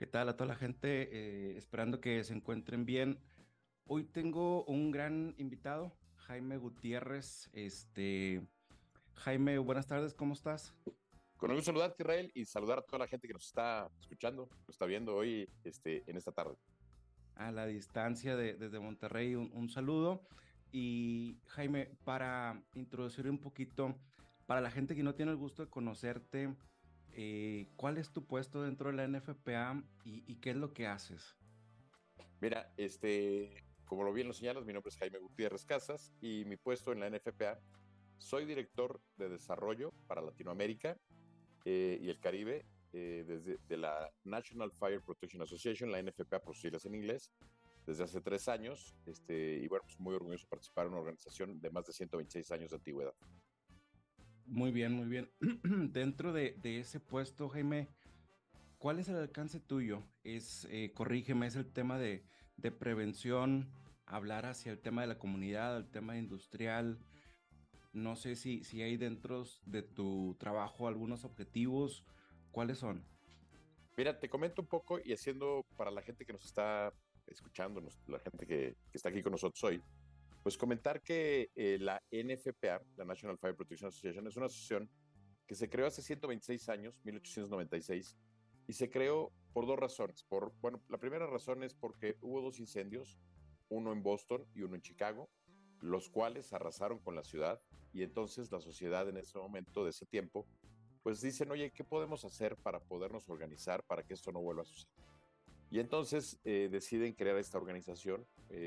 ¿Qué tal a toda la gente? Esperando que se encuentren bien. Hoy tengo un gran invitado, Jaime Gutiérrez. Jaime, buenas tardes, ¿cómo estás? Con el gusto de saludarte, Israel, y saludar a toda la gente que nos está escuchando, nos está viendo hoy en esta tarde. A la distancia desde Monterrey, un saludo. Y Jaime, para introducir un poquito, para la gente que no tiene el gusto de conocerte, ¿cuál es tu puesto dentro de la NFPA y qué es lo que haces? Mira, como lo bien lo señalas, mi nombre es Jaime Gutiérrez Casas y mi puesto en la NFPA, soy director de desarrollo para Latinoamérica y el Caribe desde de la National Fire Protection Association, la NFPA por sus siglas en inglés, desde hace 3 años. Y bueno, pues muy orgulloso de participar en una organización de más de 126 años de antigüedad. Muy bien, muy bien. Dentro de ese puesto, Jaime, ¿cuál es el alcance tuyo? Corrígeme, es el tema de prevención, hablar hacia el tema de la comunidad, el tema industrial. No sé si hay dentro de tu trabajo algunos objetivos. ¿Cuáles son? Mira, te comento un poco y haciendo para la gente que nos está escuchando, la gente que está aquí con nosotros hoy, pues comentar que la NFPA, la National Fire Protection Association, es una asociación que se creó hace 126 años, 1896, y se creó por dos razones. Bueno, la primera razón es porque hubo dos incendios, uno en Boston y uno en Chicago, los cuales arrasaron con la ciudad, y entonces la sociedad en ese momento, de ese tiempo, pues dicen, oye, ¿qué podemos hacer para podernos organizar para que esto no vuelva a suceder? Y entonces deciden crear esta organización,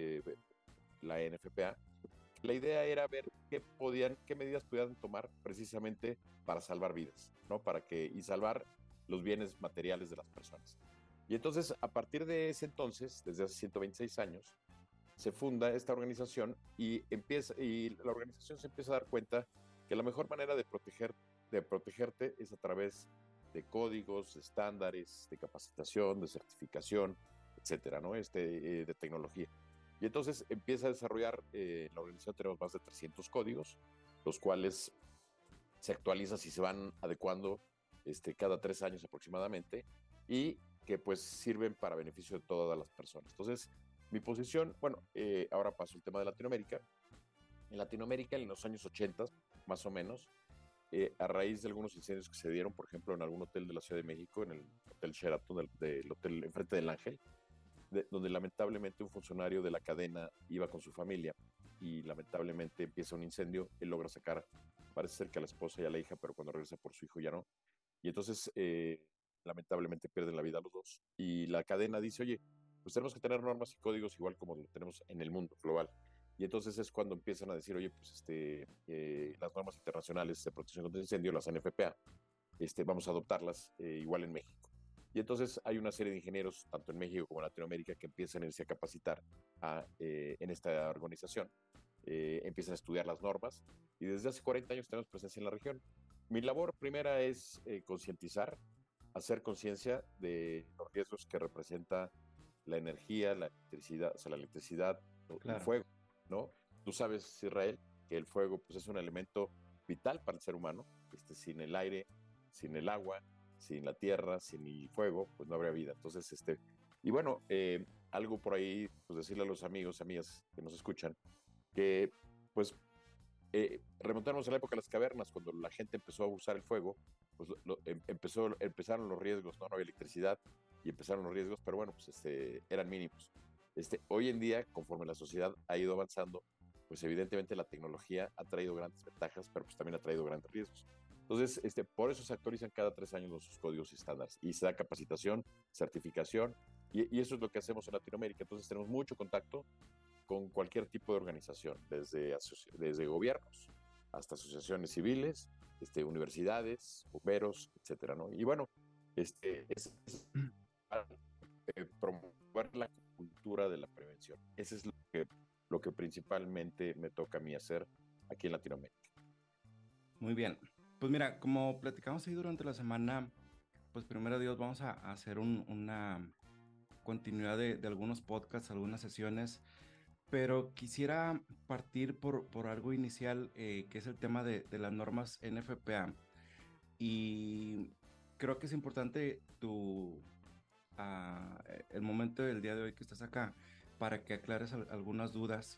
la NFPA. La idea era ver qué medidas podían tomar precisamente para salvar vidas, ¿no? Y salvar los bienes materiales de las personas. Y entonces, a partir de ese entonces, desde hace 126 años, se funda esta organización y la organización se empieza a dar cuenta que la mejor manera de protegerte es a través de códigos, de estándares, de capacitación, de certificación, etcétera, ¿no? De tecnología. Y entonces empieza a desarrollar, en la organización tenemos más de 300 códigos, los cuales se actualizan y se van adecuando cada 3 años aproximadamente y que pues sirven para beneficio de todas las personas. Entonces, mi posición, bueno, ahora paso al tema de Latinoamérica. En Latinoamérica, en los años 80, más o menos, a raíz de algunos incendios que se dieron, por ejemplo, en algún hotel de la Ciudad de México, en el Hotel Sheraton, del hotel enfrente del Ángel, donde lamentablemente un funcionario de la cadena iba con su familia y lamentablemente empieza un incendio, él logra sacar, parece ser que a la esposa y a la hija, pero cuando regresa por su hijo ya no. Y entonces, lamentablemente pierden la vida los dos. Y la cadena dice, oye, pues tenemos que tener normas y códigos igual como lo tenemos en el mundo global. Y entonces es cuando empiezan a decir, oye, pues las normas internacionales de protección contra el incendio, las NFPA, vamos a adoptarlas igual en México. Y entonces hay una serie de ingenieros, tanto en México como en Latinoamérica, que empiezan a irse a capacitar en esta organización. Empiezan a estudiar las normas y desde hace 40 años tenemos presencia en la región. Mi labor primera es concientizar, hacer conciencia de los riesgos que representa la energía, la electricidad, o sea, la electricidad, el Claro. fuego, ¿no? Tú sabes, Israel, que el fuego pues, es un elemento vital para el ser humano. Sin el aire, sin el agua, sin la tierra, sin el fuego, pues no habría vida. Entonces, y bueno, algo por ahí, pues decirle a los amigos, amigas que nos escuchan, que pues remontarnos a la época de las cavernas, cuando la gente empezó a usar el fuego, pues empezaron los riesgos, ¿no? No había electricidad y empezaron los riesgos, pero bueno, pues eran mínimos. Hoy en día, conforme la sociedad ha ido avanzando, pues evidentemente la tecnología ha traído grandes ventajas, pero pues también ha traído grandes riesgos. Entonces, por eso se actualizan cada 3 años los códigos y estándares y se da capacitación, certificación, y eso es lo que hacemos en Latinoamérica. Entonces, tenemos mucho contacto con cualquier tipo de organización, desde gobiernos hasta asociaciones civiles, universidades, bomberos, etcétera, ¿no? Y bueno, es para, promover la cultura de la prevención. Ese es lo que principalmente me toca a mí hacer aquí en Latinoamérica. Muy bien. Pues mira, como platicamos ahí durante la semana, pues primero Dios, vamos a hacer una continuidad de algunos podcasts, algunas sesiones, pero quisiera partir por algo inicial, que es el tema de las normas NFPA. Y creo que es importante el momento del día de hoy que estás acá para que aclares algunas dudas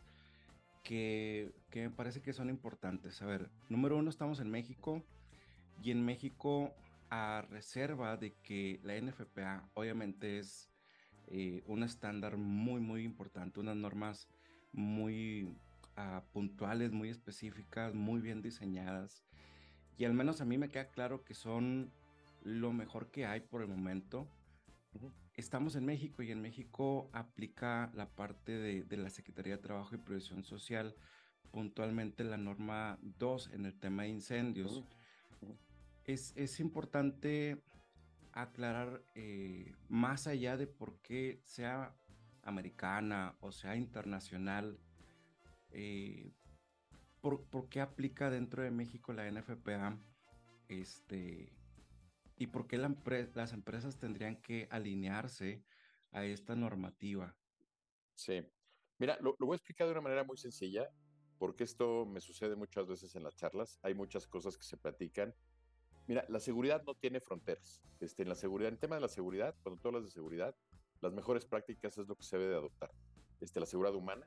que me parece que son importantes. A ver, número uno, estamos en México y en México, a reserva de que la NFPA obviamente es un estándar muy, muy importante, unas normas muy puntuales, muy específicas, muy bien diseñadas. Y al menos a mí me queda claro que son lo mejor que hay por el momento. Ujú. Estamos en México y en México aplica la parte de la Secretaría de Trabajo y Previsión Social, puntualmente la norma 2 en el tema de Ujú. incendios. Ujú. Es importante aclarar más allá de por qué sea americana o sea internacional, eh, por qué aplica dentro de México la NFPA, este, y por qué las empresas tendrían que alinearse a esta normativa. Sí. Mira, lo voy a explicar de una manera muy sencilla, porque esto me sucede muchas veces en las charlas. Hay muchas cosas que se platican. Mira, la seguridad no tiene fronteras. En la seguridad, en el tema de la seguridad, cuando tú hablas de seguridad, las mejores prácticas es lo que se debe de adoptar. La seguridad humana,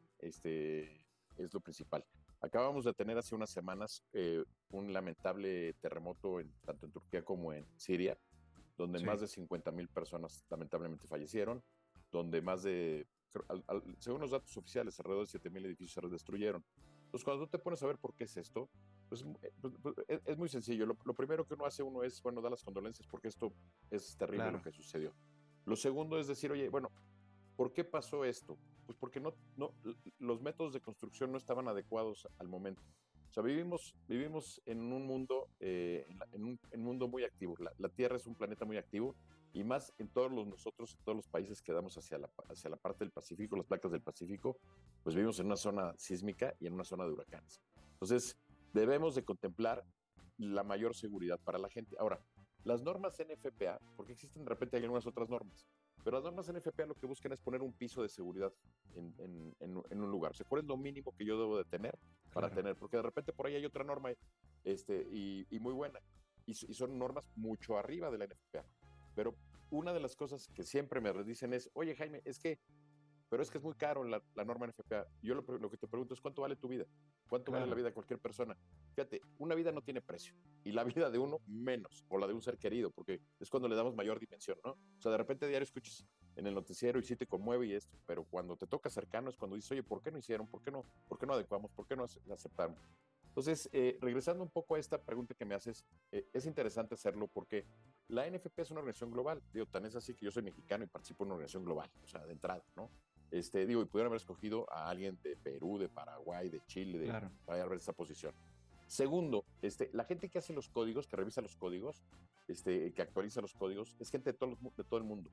es lo principal. Acabamos de tener hace unas semanas un lamentable terremoto tanto en Turquía como en Siria, donde Sí, más de 50,000 personas lamentablemente fallecieron, donde según los datos oficiales, alrededor de 7,000 edificios se destruyeron. Entonces, cuando tú te pones a ver por qué es esto, pues, es muy sencillo. Lo primero que uno hace es, bueno, dar las condolencias porque esto es terrible lo claro, que sucedió. Lo segundo es decir, oye, bueno, ¿por qué pasó esto? Pues porque los métodos de construcción no estaban adecuados al momento. O sea, vivimos en un mundo, en un mundo muy activo. La Tierra es un planeta muy activo y más en nosotros, en todos los países que damos hacia la parte del Pacífico, las placas del Pacífico, pues vivimos en una zona sísmica y en una zona de huracanes. Entonces, debemos de contemplar la mayor seguridad para la gente. Ahora, las normas NFPA, porque existen de repente algunas otras normas, pero las normas NFPA lo que buscan es poner un piso de seguridad en un lugar. O sea, ¿cuál es lo mínimo que yo debo de tener para claro. tener? Porque de repente por ahí hay otra norma y muy buena. Y son normas mucho arriba de la NFPA. Pero una de las cosas que siempre me dicen es, oye Jaime, pero es que es muy caro la norma NFPA. Yo lo que te pregunto es, ¿cuánto vale tu vida? ¿Cuánto vale la Claro, vida de cualquier persona? Fíjate, una vida no tiene precio. Y la vida de uno menos, o la de un ser querido, porque es cuando le damos mayor dimensión, ¿no? O sea, de repente diario escuchas en el noticiero y sí te conmueve y esto, pero cuando te toca cercano es cuando dices, oye, ¿por qué no hicieron? ¿Por qué no adecuamos? ¿Por qué no aceptaron? Entonces, regresando un poco a esta pregunta que me haces, es interesante hacerlo porque la NFP es una organización global. Digo, tan es así que yo soy mexicano y participo en una organización global, o sea, de entrada, ¿no? Y pudieron haber escogido a alguien de Perú, de Paraguay, de Chile, claro, para haber esa posición. Segundo, la gente que hace los códigos, que revisa los códigos, que actualiza los códigos, es gente de todo el mundo.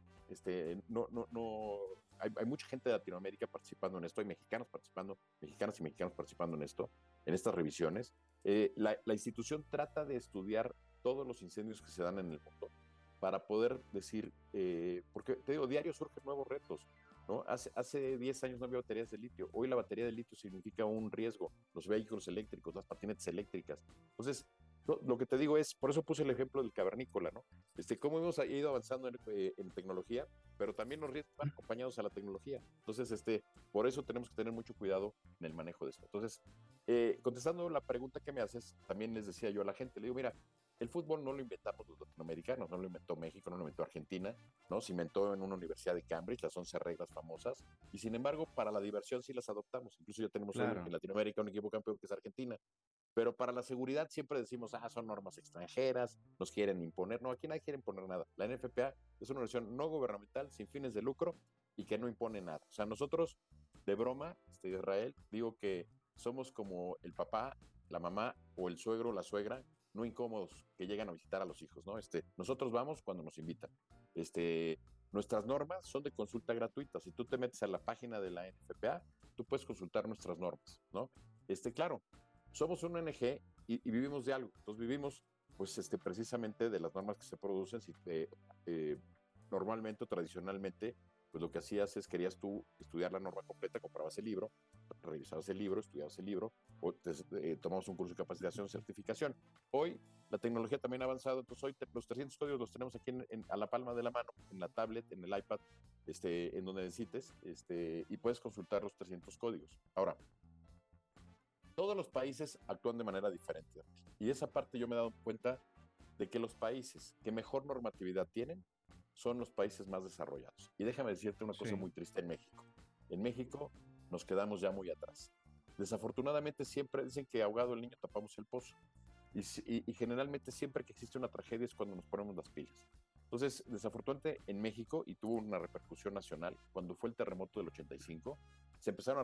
Hay mucha gente de Latinoamérica participando en esto, hay mexicanos participando, mexicanas y mexicanos participando en esto, en estas revisiones. La institución trata de estudiar todos los incendios que se dan en el mundo para poder decir, porque te digo, diario surgen nuevos retos. ¿No? Hace 10 años no había baterías de litio. Hoy la batería de litio significa un riesgo. Los vehículos eléctricos, las patinetas eléctricas. Entonces, lo que te digo es, por eso puse el ejemplo del cavernícola, ¿no? Cómo hemos ido avanzando en tecnología, pero también los riesgos van acompañados a la tecnología. Entonces, por eso tenemos que tener mucho cuidado en el manejo de esto. Entonces, contestando la pregunta que me haces, también les decía yo a la gente, le digo, mira, el fútbol no lo inventamos los latinoamericanos, no lo inventó México, no lo inventó Argentina, ¿no? Se inventó en una universidad de Cambridge, las 11 reglas famosas, y sin embargo, para la diversión sí las adoptamos. Incluso ya tenemos hoy claro, en Latinoamérica un equipo campeón que es Argentina. Pero para la seguridad siempre decimos, son normas extranjeras, nos quieren imponer. No, aquí nadie quiere imponer nada. La NFPA es una organización no gubernamental, sin fines de lucro y que no impone nada. O sea, nosotros, de broma, Israel, digo que somos como el papá, la mamá o el suegro o la suegra, no incómodos, que llegan a visitar a los hijos, ¿no? Nosotros vamos cuando nos invitan. Nuestras normas son de consulta gratuita. Si tú te metes a la página de la NFPA, tú puedes consultar nuestras normas, ¿no? Claro, somos un ONG y vivimos de algo. Entonces vivimos, pues, precisamente de las normas que se producen. Normalmente o tradicionalmente, pues lo que hacías es, querías tú estudiar la norma completa, comprabas el libro, revisabas el libro, estudiabas el libro, tomamos un curso de capacitación, certificación. Hoy la tecnología también ha avanzado, entonces hoy los 300 códigos los tenemos aquí a la palma de la mano, en la tablet, en el iPad, en donde necesites, y puedes consultar los 300 códigos. Ahora, todos los países actúan de manera diferente. Y esa parte yo me he dado cuenta de que los países que mejor normatividad tienen son los países más desarrollados. Y déjame decirte una cosa muy triste en México. En México nos quedamos ya muy atrás. Desafortunadamente siempre dicen que ahogado el niño tapamos el pozo. Y generalmente siempre que existe una tragedia es cuando nos ponemos las pilas. Entonces, desafortunadamente en México, y tuvo una repercusión nacional, cuando fue el terremoto del 85, se empezaron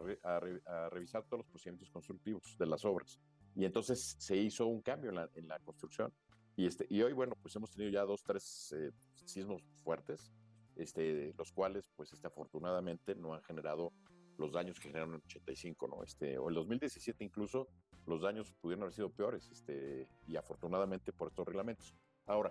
a revisar todos los procedimientos constructivos de las obras. Y entonces se hizo un cambio en la construcción. Y hoy, bueno, pues hemos tenido ya 2, 3 sismos fuertes, los cuales, pues afortunadamente no han generado los daños que generaron en el 85, ¿no? O el 2017 incluso, los daños pudieron haber sido peores, y afortunadamente por estos reglamentos. Ahora,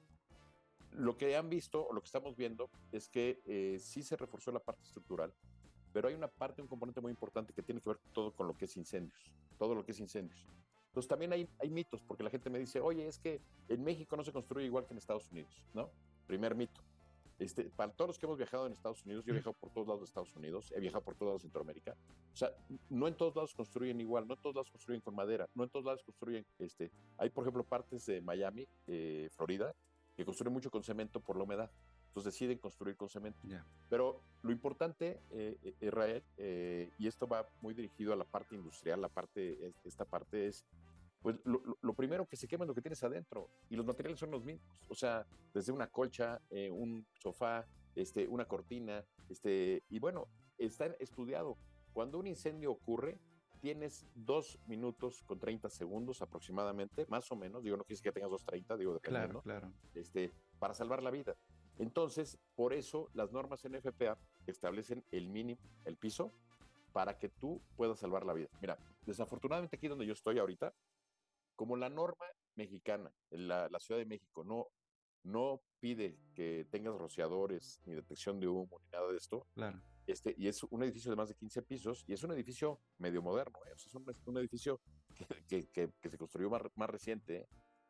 lo que han visto, o lo que estamos viendo, es que sí se reforzó la parte estructural, pero hay una parte, un componente muy importante que tiene que ver todo con lo que es incendios, todo lo que es incendios. Entonces también hay mitos, porque la gente me dice, oye, es que en México no se construye igual que en Estados Unidos, ¿no? Primer mito. Para todos los que hemos viajado en Estados Unidos, yo he viajado por todos lados de Estados Unidos, he viajado por todos lados de Centroamérica, o sea, no en todos lados construyen igual, no en todos lados construyen con madera, no en todos lados construyen, hay por ejemplo partes de Miami, Florida, que construyen mucho con cemento por la humedad, entonces deciden construir con cemento. Yeah. Pero lo importante, Israel, y esto va muy dirigido a la parte industrial, esta parte es, pues lo primero que se quema es lo que tienes adentro, y los materiales son los mismos, o sea, desde una colcha, un sofá, una cortina, y bueno, está estudiado. Cuando un incendio ocurre, tienes 2 minutos con 30 segundos aproximadamente, más o menos, digo, no quise que tengas 2:30, digo, dependiendo, Claro. para salvar la vida. Entonces, por eso las normas NFPA establecen el mínimo, el piso, para que tú puedas salvar la vida. Mira, desafortunadamente aquí donde yo estoy ahorita, como la norma mexicana, la Ciudad de México, no pide que tengas rociadores, ni detección de humo, ni nada de esto. Claro. Y es un edificio de más de 15 pisos, y es un edificio medio moderno, o sea, es un edificio que se construyó más reciente.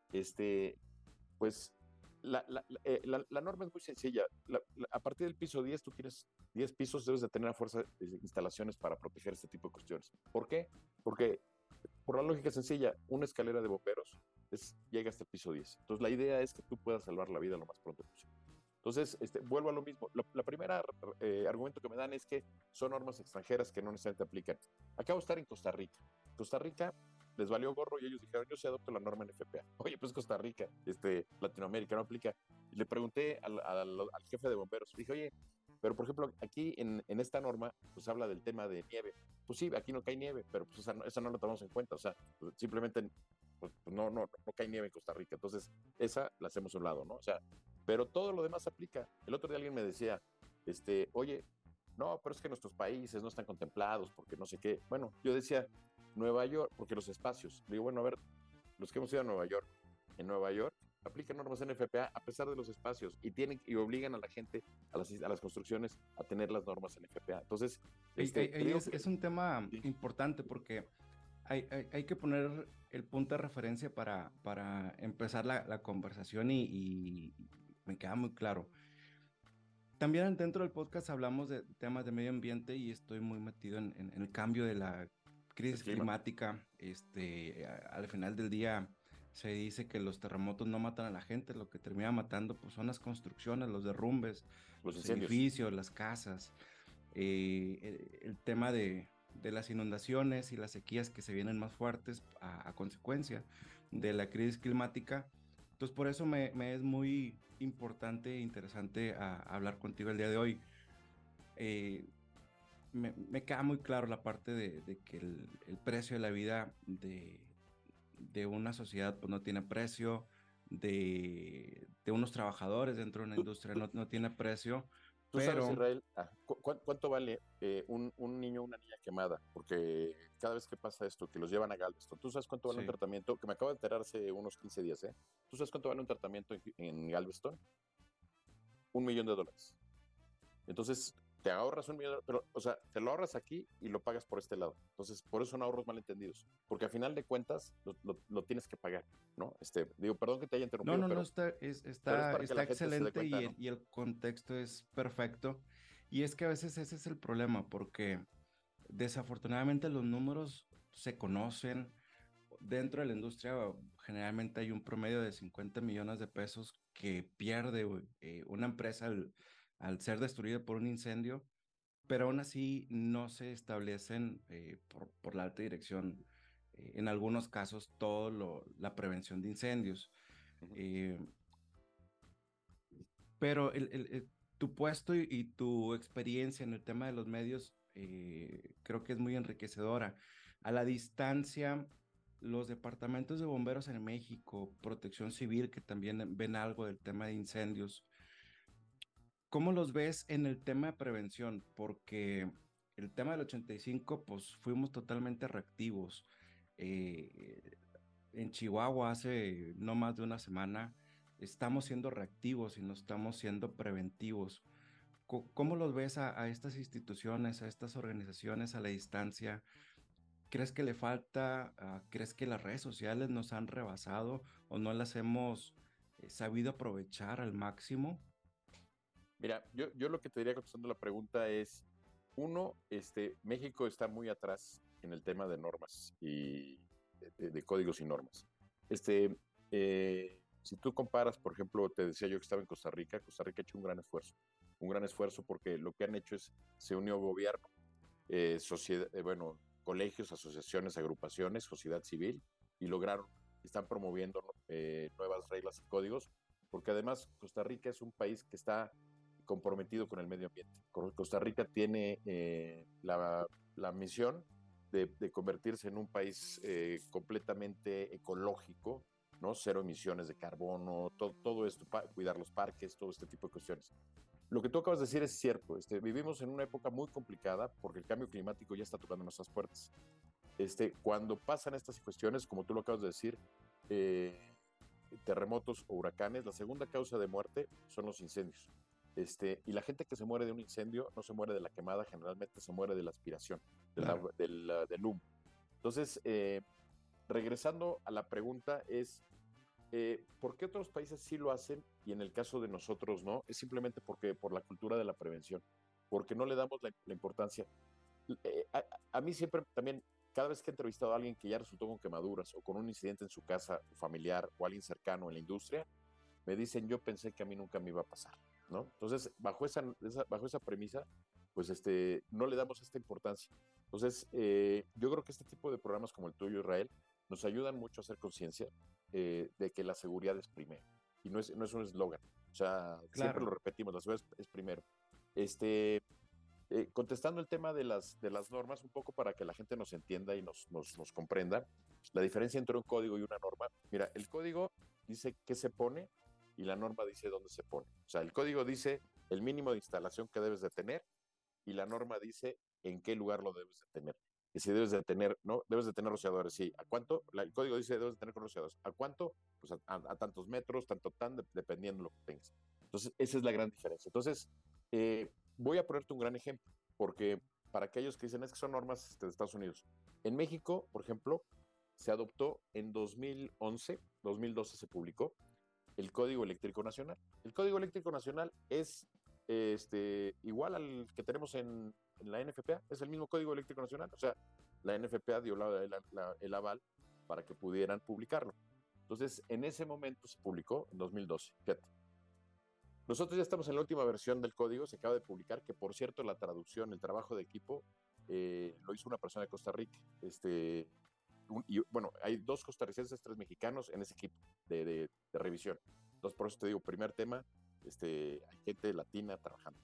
Pues la norma es muy sencilla. A partir del piso 10, tú tienes 10 pisos, debes de tener a fuerza instalaciones para proteger este tipo de cuestiones. ¿Por qué? Porque por la lógica sencilla, una escalera de bomberos llega hasta el piso 10. Entonces, la idea es que tú puedas salvar la vida lo más pronto posible. Entonces, vuelvo a lo mismo. La primera argumento que me dan es que son normas extranjeras que no necesariamente aplican. Acabo de estar en Costa Rica. Costa Rica les valió gorro y ellos dijeron, yo sí adopto la norma NFPA. Oye, pues Costa Rica, Latinoamérica no aplica. Y le pregunté al jefe de bomberos, dije, oye, pero por ejemplo, aquí en esta norma, pues habla del tema de nieve. Pues sí, aquí no cae nieve, pero pues esa no la tomamos en cuenta. O sea, pues, simplemente pues no cae nieve en Costa Rica. Entonces, esa la hacemos a un lado, ¿no? O sea, pero todo lo demás aplica. El otro día alguien me decía, oye, no, pero es que nuestros países no están contemplados porque no sé qué. Bueno, yo decía, Nueva York, porque los espacios. Le digo, bueno, a ver, los que hemos ido a Nueva York, en Nueva York aplican normas NFPA a pesar de los espacios y obligan a la gente, a las construcciones, a tener las normas NFPA. Entonces, es un tema importante porque hay que poner el punto de referencia para empezar la conversación y me queda muy claro. También dentro del podcast hablamos de temas de medio ambiente y estoy muy metido en el cambio de la crisis climática. Al final del día se dice que los terremotos no matan a la gente, lo que termina matando pues, son las construcciones, los derrumbes, los edificios, las casas. El tema de las inundaciones y las sequías que se vienen más fuertes a consecuencia de la crisis climática. Entonces por eso me es muy importante e interesante hablar contigo el día de hoy. Me queda muy claro la parte de que el precio de la vida de una sociedad pues, no tiene precio, de unos trabajadores dentro de una industria no tiene precio. ¿Tú sabes, Israel, cuánto vale un niño o una niña quemada? Porque cada vez que pasa esto, que los llevan a Galveston, ¿tú sabes cuánto vale un tratamiento? Que me acabo de enterar hace unos 15 días, ¿eh? ¿Tú sabes cuánto vale un tratamiento en Galveston? $1 millón. Entonces, te ahorras $1 millón, pero, o sea, te lo ahorras aquí y lo pagas por este lado. Entonces, por eso son ahorros malentendidos, porque a final de cuentas lo tienes que pagar, ¿no? Digo, perdón que te haya No, interrumpido, no, no, pero es está, para que está la gente se dé excelente cuenta, ¿no? y el contexto es perfecto. Y es que a veces ese es el problema, porque desafortunadamente los números se conocen. Dentro de la industria generalmente hay un promedio de 50 millones de pesos que pierde una empresa al ser destruida por un incendio, pero aún así no se establecen por la alta dirección, en algunos casos, la prevención de incendios. Ujú. Eh, pero tu puesto y tu experiencia en el tema de los medios creo que es muy enriquecedora. A la distancia, los departamentos de bomberos en México, Protección Civil, que también ven algo del tema de incendios, ¿cómo los ves en el tema de prevención? Porque el tema del 85, pues fuimos totalmente reactivos. Eh, en Chihuahua hace no más de una semana estamos siendo reactivos y no estamos siendo preventivos. ¿Cómo los ves a estas instituciones, a estas organizaciones a la distancia? ¿Crees que le falta? ¿Crees que las redes sociales nos han rebasado o no las hemos sabido aprovechar al máximo? Mira, yo lo que te diría contestando la pregunta es, uno, México está muy atrás en el tema de normas y de códigos y normas. Si tú comparas, por ejemplo, te decía yo que estaba en Costa Rica ha hecho un gran esfuerzo porque lo que han hecho es, se unió gobierno, sociedad, bueno, colegios, asociaciones, agrupaciones, sociedad civil, y lograron, están promoviendo nuevas reglas y códigos, porque además Costa Rica es un país que está comprometido con el medio ambiente. Costa Rica tiene la misión de convertirse en un país completamente ecológico, ¿no? Cero emisiones de carbono, todo esto, cuidar los parques, todo este tipo de cuestiones. Lo que tú acabas de decir es cierto. Vivimos en una época muy complicada porque el cambio climático ya está tocando nuestras puertas. Cuando pasan estas cuestiones, como tú lo acabas de decir, eh, terremotos o huracanes, la segunda causa de muerte son los incendios. Y la gente que se muere de un incendio no se muere de la quemada, generalmente se muere de la aspiración, Claro. del humo. Entonces, regresando a la pregunta es, ¿por qué otros países sí lo hacen y en el caso de nosotros no? Es simplemente porque por la cultura de la prevención, porque no le damos la importancia. A mí siempre también, cada vez que he entrevistado a alguien que ya resultó con quemaduras o con un incidente en su casa familiar o alguien cercano en la industria, me dicen, yo pensé que a mí nunca me iba a pasar, ¿no? Entonces, bajo esa premisa, pues no le damos esta importancia. Entonces, yo creo que este tipo de programas como el tuyo, Israel, nos ayudan mucho a hacer conciencia de que la seguridad es primero. Y no es un eslogan. O sea, siempre Claro. lo repetimos, la seguridad es primero. Contestando el tema de las normas, un poco para que la gente nos entienda y nos comprenda, la diferencia entre un código y una norma. Mira, el código dice qué se pone y la norma dice dónde se pone. O sea, el código dice el mínimo de instalación que debes de tener y la norma dice en qué lugar lo debes de tener. Y si debes de tener, ¿no? Debes de tener rociadores, sí. ¿A cuánto? El código dice debes de tener rociadores. ¿A cuánto? Pues a tantos metros, dependiendo de lo que tengas. Entonces, esa es la gran diferencia. Entonces, voy a ponerte un gran ejemplo, porque para aquellos que dicen es que son normas de Estados Unidos. En México, por ejemplo, se adoptó en 2011, 2012 se publicó el Código Eléctrico Nacional. El Código Eléctrico Nacional es igual al que tenemos en la NFPA, es el mismo Código Eléctrico Nacional, o sea, la NFPA dio el aval para que pudieran publicarlo. Entonces, en ese momento se publicó en 2012, fíjate. Nosotros ya estamos en la última versión del código, se acaba de publicar, que por cierto la traducción, el trabajo de equipo, lo hizo una persona de Costa Rica. Bueno, hay 2 costarricenses, 3 mexicanos en ese equipo de revisión. Entonces, por eso te digo, primer tema, hay gente latina trabajando.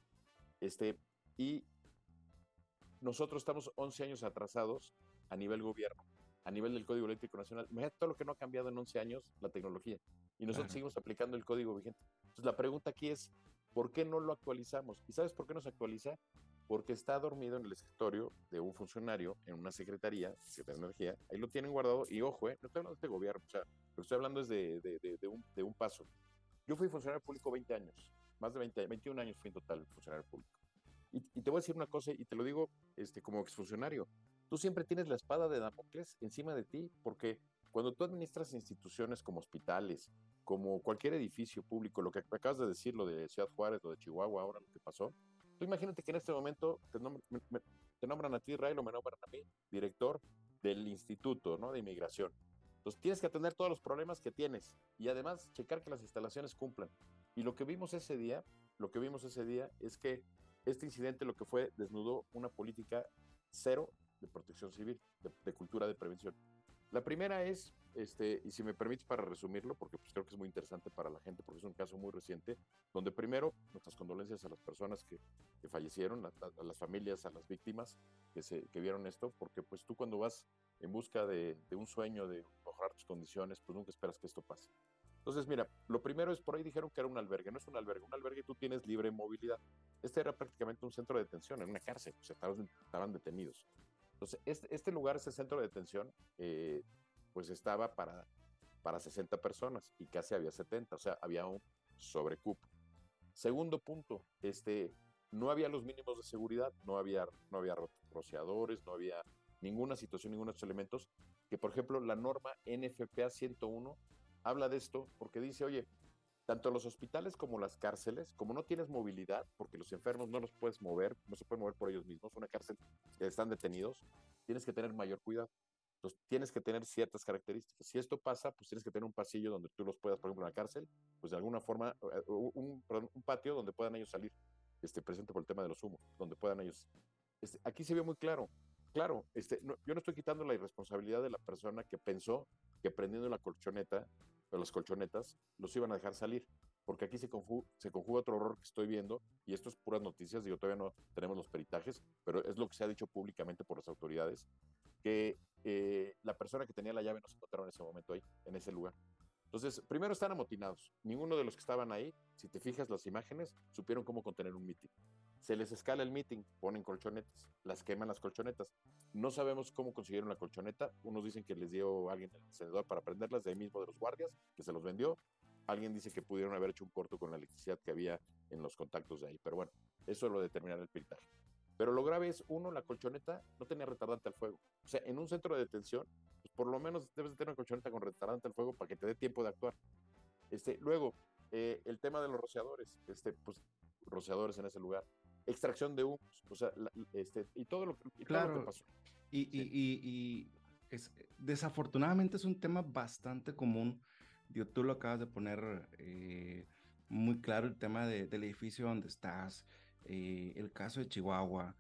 Y nosotros estamos 11 años atrasados a nivel gobierno, a nivel del Código Eléctrico Nacional. Imagínate todo lo que no ha cambiado en 11 años, la tecnología. Y nosotros Claro. seguimos aplicando el código vigente. Entonces, la pregunta aquí es, ¿por qué no lo actualizamos? ¿Y sabes por qué no se actualiza? Porque está dormido en el escritorio de un funcionario en una secretaría, Secretaría de Energía. Ahí lo tienen guardado. Y ojo, no estoy hablando de este gobierno, o sea, lo que estoy hablando es de un paso. Yo fui funcionario público 20 años, más de 20, 21 años fui en total funcionario público. Y te voy a decir una cosa, y te lo digo como exfuncionario. Tú siempre tienes la espada de Damocles encima de ti, porque cuando tú administras instituciones como hospitales, como cualquier edificio público, lo que acabas de decir, lo de Ciudad Juárez, lo de Chihuahua, ahora lo que pasó, tú imagínate que en este momento te nombran a ti, Israel, o me nombran a mí, director del Instituto, ¿no?, de Inmigración. Entonces tienes que atender todos los problemas que tienes y además checar que las instalaciones cumplan. Y lo que vimos ese día es que este incidente lo que fue desnudó una política cero de protección civil, de cultura de prevención. La primera es, y si me permites para resumirlo, porque pues creo que es muy interesante para la gente, porque es un caso muy reciente, donde primero nuestras condolencias a las personas que fallecieron, a las familias, a las víctimas que vieron esto, porque pues tú cuando vas en busca de un sueño, de mejorar tus condiciones, pues nunca esperas que esto pase. Entonces, mira, lo primero es, por ahí dijeron que era un albergue, no es un albergue tú tienes libre movilidad. Este era prácticamente un centro de detención, en una cárcel, o sea, estaban detenidos. Entonces, este lugar, ese centro de detención, pues estaba para 60 personas y casi había 70, o sea, había un sobrecupo. Segundo punto, no había los mínimos de seguridad, no había rociadores, no había ninguna situación, ningunos elementos, que por ejemplo la norma NFPA 101 habla de esto porque dice, oye, tanto los hospitales como las cárceles, como no tienes movilidad, porque los enfermos no los puedes mover, no se pueden mover por ellos mismos, una cárcel están detenidos, tienes que tener mayor cuidado. Entonces, tienes que tener ciertas características. Si esto pasa, pues tienes que tener un pasillo donde tú los puedas, por ejemplo, en la cárcel, pues de alguna forma, un patio donde puedan ellos salir, presente por el tema de los humos, donde puedan ellos. Aquí se vio muy claro. Claro, yo no estoy quitando la irresponsabilidad de la persona que pensó que prendiendo la colchoneta o las colchonetas los iban a dejar salir, porque aquí se conjuga otro error que estoy viendo, y esto es puras noticias, digo, todavía no tenemos los peritajes, pero es lo que se ha dicho públicamente por las autoridades, que la persona que tenía la llave no se encontraba en ese momento ahí, en ese lugar. Entonces, primero están amotinados. Ninguno de los que estaban ahí, si te fijas las imágenes, supieron cómo contener un meeting. Se les escala el meeting, ponen colchonetas, las queman las colchonetas. No sabemos cómo consiguieron la colchoneta. Unos dicen que les dio alguien el encendedor para prenderlas, de ahí mismo de los guardias, que se los vendió. Alguien dice que pudieron haber hecho un corto con la electricidad que había en los contactos de ahí. Pero bueno, eso lo determinará el peritaje. Pero lo grave es, uno, la colchoneta no tenía retardante al fuego. O sea, en un centro de detención, pues por lo menos debes de tener una colchoneta con retardante al fuego para que te dé tiempo de actuar. Luego, el tema de los rociadores, pues rociadores en ese lugar, extracción de humos, o sea, y todo lo que Claro, pasó. y, Sí. desafortunadamente es un tema bastante común. Tú lo acabas de poner muy claro, el tema del edificio donde estás, el caso de Chihuahua,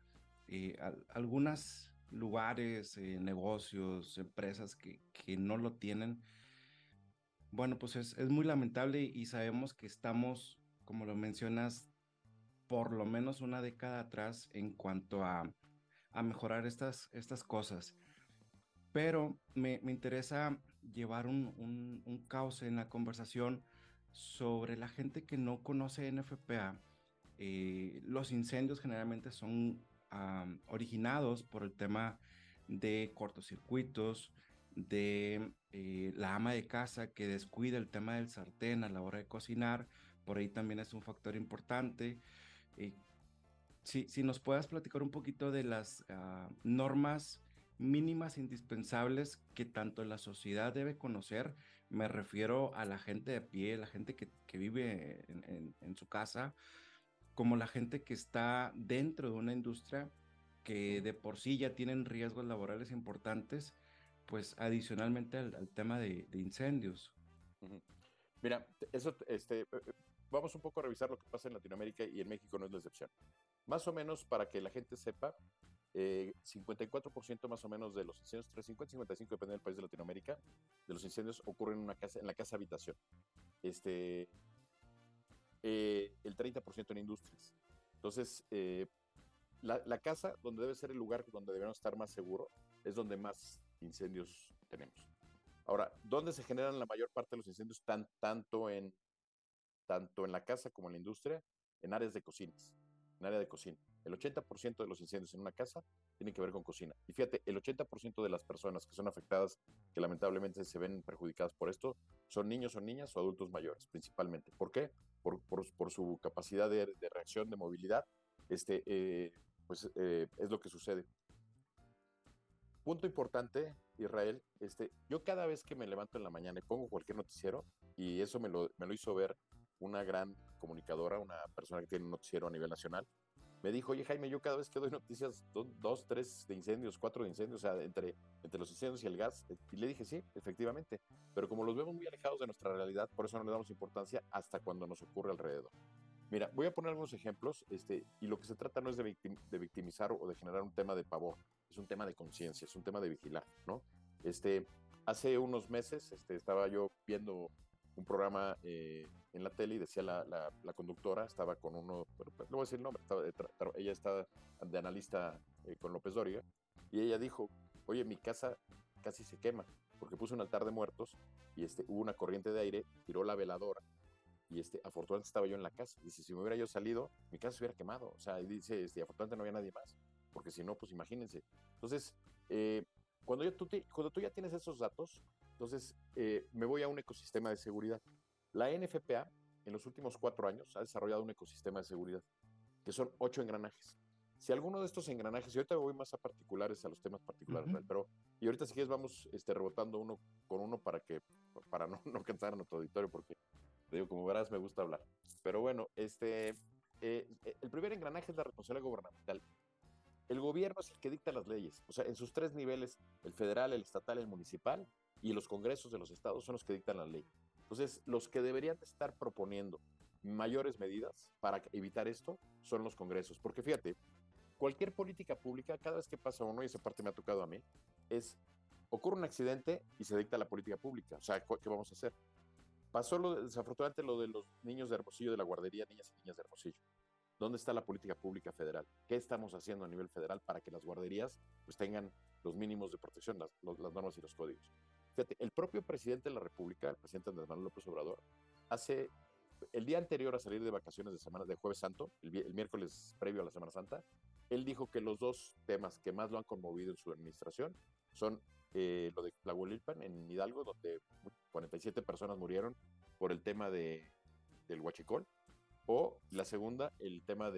algunos lugares, negocios, empresas que no lo tienen. Bueno, pues es muy lamentable y sabemos que estamos, como lo mencionas, por lo menos una década atrás en cuanto a mejorar estas cosas. Pero me interesa llevar un cauce en la conversación sobre la gente que no conoce NFPA. Los incendios generalmente son originados por el tema de cortocircuitos, de la ama de casa que descuida el tema del sartén a la hora de cocinar. Por ahí también es un factor importante. Eh, si nos puedas platicar un poquito de las normas mínimas indispensables que tanto la sociedad debe conocer, me refiero a la gente de a pie, la gente que vive en su casa, como la gente que está dentro de una industria que de por sí ya tienen riesgos laborales importantes, pues adicionalmente al tema de incendios. Uh-huh. Mira, vamos un poco a revisar lo que pasa en Latinoamérica, y en México no es la excepción. Más o menos, para que la gente sepa, 54% más o menos de los incendios, entre 50 y 55, depende del país de Latinoamérica, de los incendios ocurren en la casa habitación. Este, el 30% en industrias. Entonces, la casa, donde debe ser el lugar donde debemos estar más seguro, es donde más incendios tenemos. Ahora, ¿dónde se generan la mayor parte de los incendios, tanto en la casa como en la industria? En áreas de cocinas, en área de cocina. El 80% de los incendios en una casa tienen que ver con cocina. Y fíjate, el 80% de las personas que son afectadas, que lamentablemente se ven perjudicadas por esto, son niños o niñas o adultos mayores, principalmente. ¿Por qué? Por su capacidad de reacción, de movilidad, este, es lo que sucede. Punto importante, Israel, yo cada vez que me levanto en la mañana y pongo cualquier noticiero, y eso me lo hizo ver una gran comunicadora, una persona que tiene un noticiero a nivel nacional, me dijo, oye Jaime, yo cada vez que doy noticias, dos, tres de incendios, cuatro de incendios, o sea, entre los incendios y el gas, y le dije, sí, efectivamente, pero como los vemos muy alejados de nuestra realidad, por eso no le damos importancia hasta cuando nos ocurre alrededor. Mira, voy a poner algunos ejemplos, y lo que se trata no es de victimizar o de generar un tema de pavor, es un tema de conciencia, es un tema de vigilar, ¿no? Este, hace unos meses estaba yo viendo un programa en la tele y decía la conductora, estaba con uno, no voy a decir el nombre, ella está de analista con López Dóriga, y ella dijo, oye, mi casa casi se quema, porque puse un altar de muertos y hubo una corriente de aire, tiró la veladora, y afortunadamente estaba yo en la casa. Dice, si me hubiera yo salido, mi casa se hubiera quemado. O sea, y dice, afortunadamente no había nadie más, porque si no, pues imagínense. Entonces, cuando tú ya tienes esos datos, entonces me voy a un ecosistema de seguridad. La NFPA, en los últimos 4 años, ha desarrollado un ecosistema de seguridad, que son 8 engranajes. Si alguno de estos engranajes, y ahorita voy más a particulares, a los temas particulares, Ujú. pero, y ahorita si quieres vamos rebotando uno con uno para no cansar a nuestro auditorio, porque te digo, como verás, me gusta hablar. Pero bueno, el primer engranaje es la responsabilidad gubernamental. El gobierno es el que dicta las leyes, o sea, en sus 3 niveles, el federal, el estatal, el municipal, y los congresos de los estados son los que dictan la ley. Entonces, los que deberían estar proponiendo mayores medidas para evitar esto son los congresos, porque fíjate, cualquier política pública, cada vez que pasa uno, y esa parte me ha tocado a mí, ocurre un accidente y se dicta la política pública, o sea, ¿qué vamos a hacer? Pasó desafortunadamente lo de los niños de Hermosillo, de la guardería Niñas y Niñas de Hermosillo. ¿Dónde está la política pública federal? ¿Qué estamos haciendo a nivel federal para que las guarderías pues, tengan los mínimos de protección, las normas y los códigos? Fíjate, el propio presidente de la República, el presidente Andrés Manuel López Obrador, hace el día anterior a salir de vacaciones de Jueves Santo, el miércoles previo a la Semana Santa, él dijo que los 2 temas que más lo han conmovido en su administración son lo de Tlahuelilpan en Hidalgo, donde 47 personas murieron por el tema del huachicol, o la segunda, el tema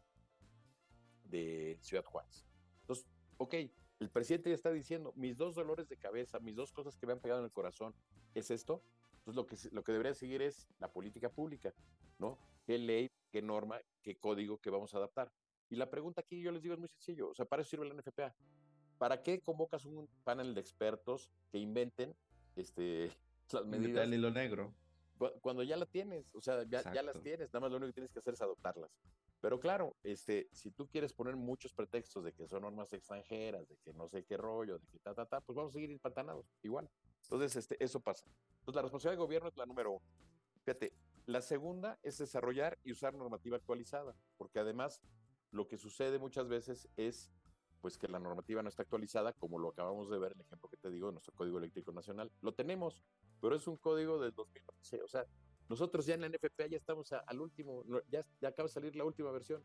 de Ciudad Juárez. Entonces, ok, el presidente ya está diciendo, mis 2 dolores de cabeza, mis 2 cosas que me han pegado en el corazón, ¿es esto? Entonces, lo que debería seguir es la política pública, ¿no? ¿Qué ley, qué norma, qué código que vamos a adaptar? Y la pregunta aquí yo les digo es muy sencillo, o sea, para eso sirve la NFPA. ¿Para qué convocas un panel de expertos que inventen las Invitar el medidas hilo negro. cuando ya la tienes? O sea, ya las Exacto. tienes, nada más lo único que tienes que hacer es adoptarlas. Pero claro, si tú quieres poner muchos pretextos de que son normas extranjeras, de que no sé qué rollo, de que pues vamos a seguir empantanados, igual. Entonces, eso pasa. Entonces, la responsabilidad del gobierno es la número 1. Fíjate, la segunda es desarrollar y usar normativa actualizada, porque además lo que sucede muchas veces es pues que la normativa no está actualizada, como lo acabamos de ver, el ejemplo que te digo de nuestro Código Eléctrico Nacional. Lo tenemos, pero es un código del 2011, o sea, nosotros ya en la NFPA ya estamos al último, ya acaba de salir la última versión,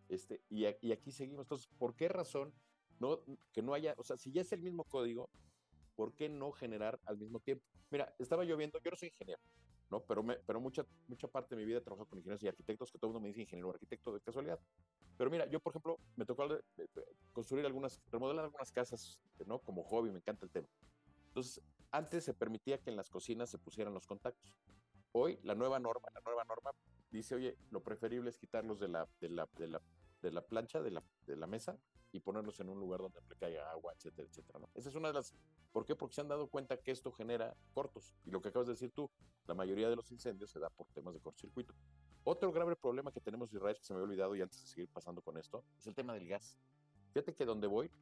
y aquí seguimos. Entonces, ¿por qué razón que no haya, o sea, si ya es el mismo código, ¿por qué no generar al mismo tiempo? Mira, estaba yo viendo, yo no soy ingeniero, ¿no? Pero mucha parte de mi vida he trabajado con ingenieros y arquitectos, que todo el mundo me dice ingeniero o arquitecto de casualidad. Pero mira, yo, por ejemplo, me tocó remodelar algunas casas, ¿no? Como hobby, me encanta el tema. Entonces, antes se permitía que en las cocinas se pusieran los contactos. Hoy, la nueva norma dice, oye, lo preferible es quitarlos de la plancha, de la mesa, y ponerlos en un lugar donde no le caiga agua, etcétera, etcétera, ¿no? Esa es una de las. ¿Por qué? Porque se han dado cuenta que esto genera cortos. Y lo que acabas de decir tú, la mayoría de los incendios se da por temas de cortocircuito. Otro grave problema que tenemos, Israel, que se me había olvidado y antes de seguir pasando con esto, es el tema del gas. Fíjate que donde voy,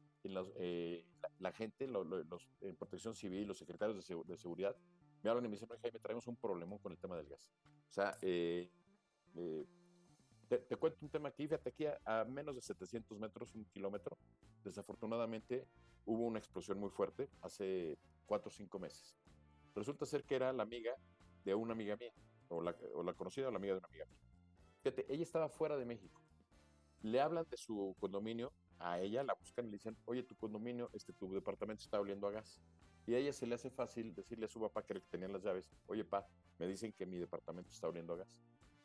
la gente, los en protección civil, los secretarios de seguridad, me hablan y me dicen, oye, Jaime, traemos un problemón con el tema del gas. O sea, eh, te cuento un tema aquí, fíjate, aquí a menos de 700 metros, 1 kilómetro, desafortunadamente hubo una explosión muy fuerte hace 4 o 5 meses. Resulta ser que era la amiga de una amiga mía, o la conocida o la amiga de una amiga mía. Fíjate, ella estaba fuera de México. Le hablan de su condominio a ella, la buscan y le dicen, oye, tu condominio, tu departamento está oliendo a gas. Y a ella se le hace fácil decirle a su papá, que era el que tenía las llaves, oye, pa, me dicen que mi departamento está oliendo a gas.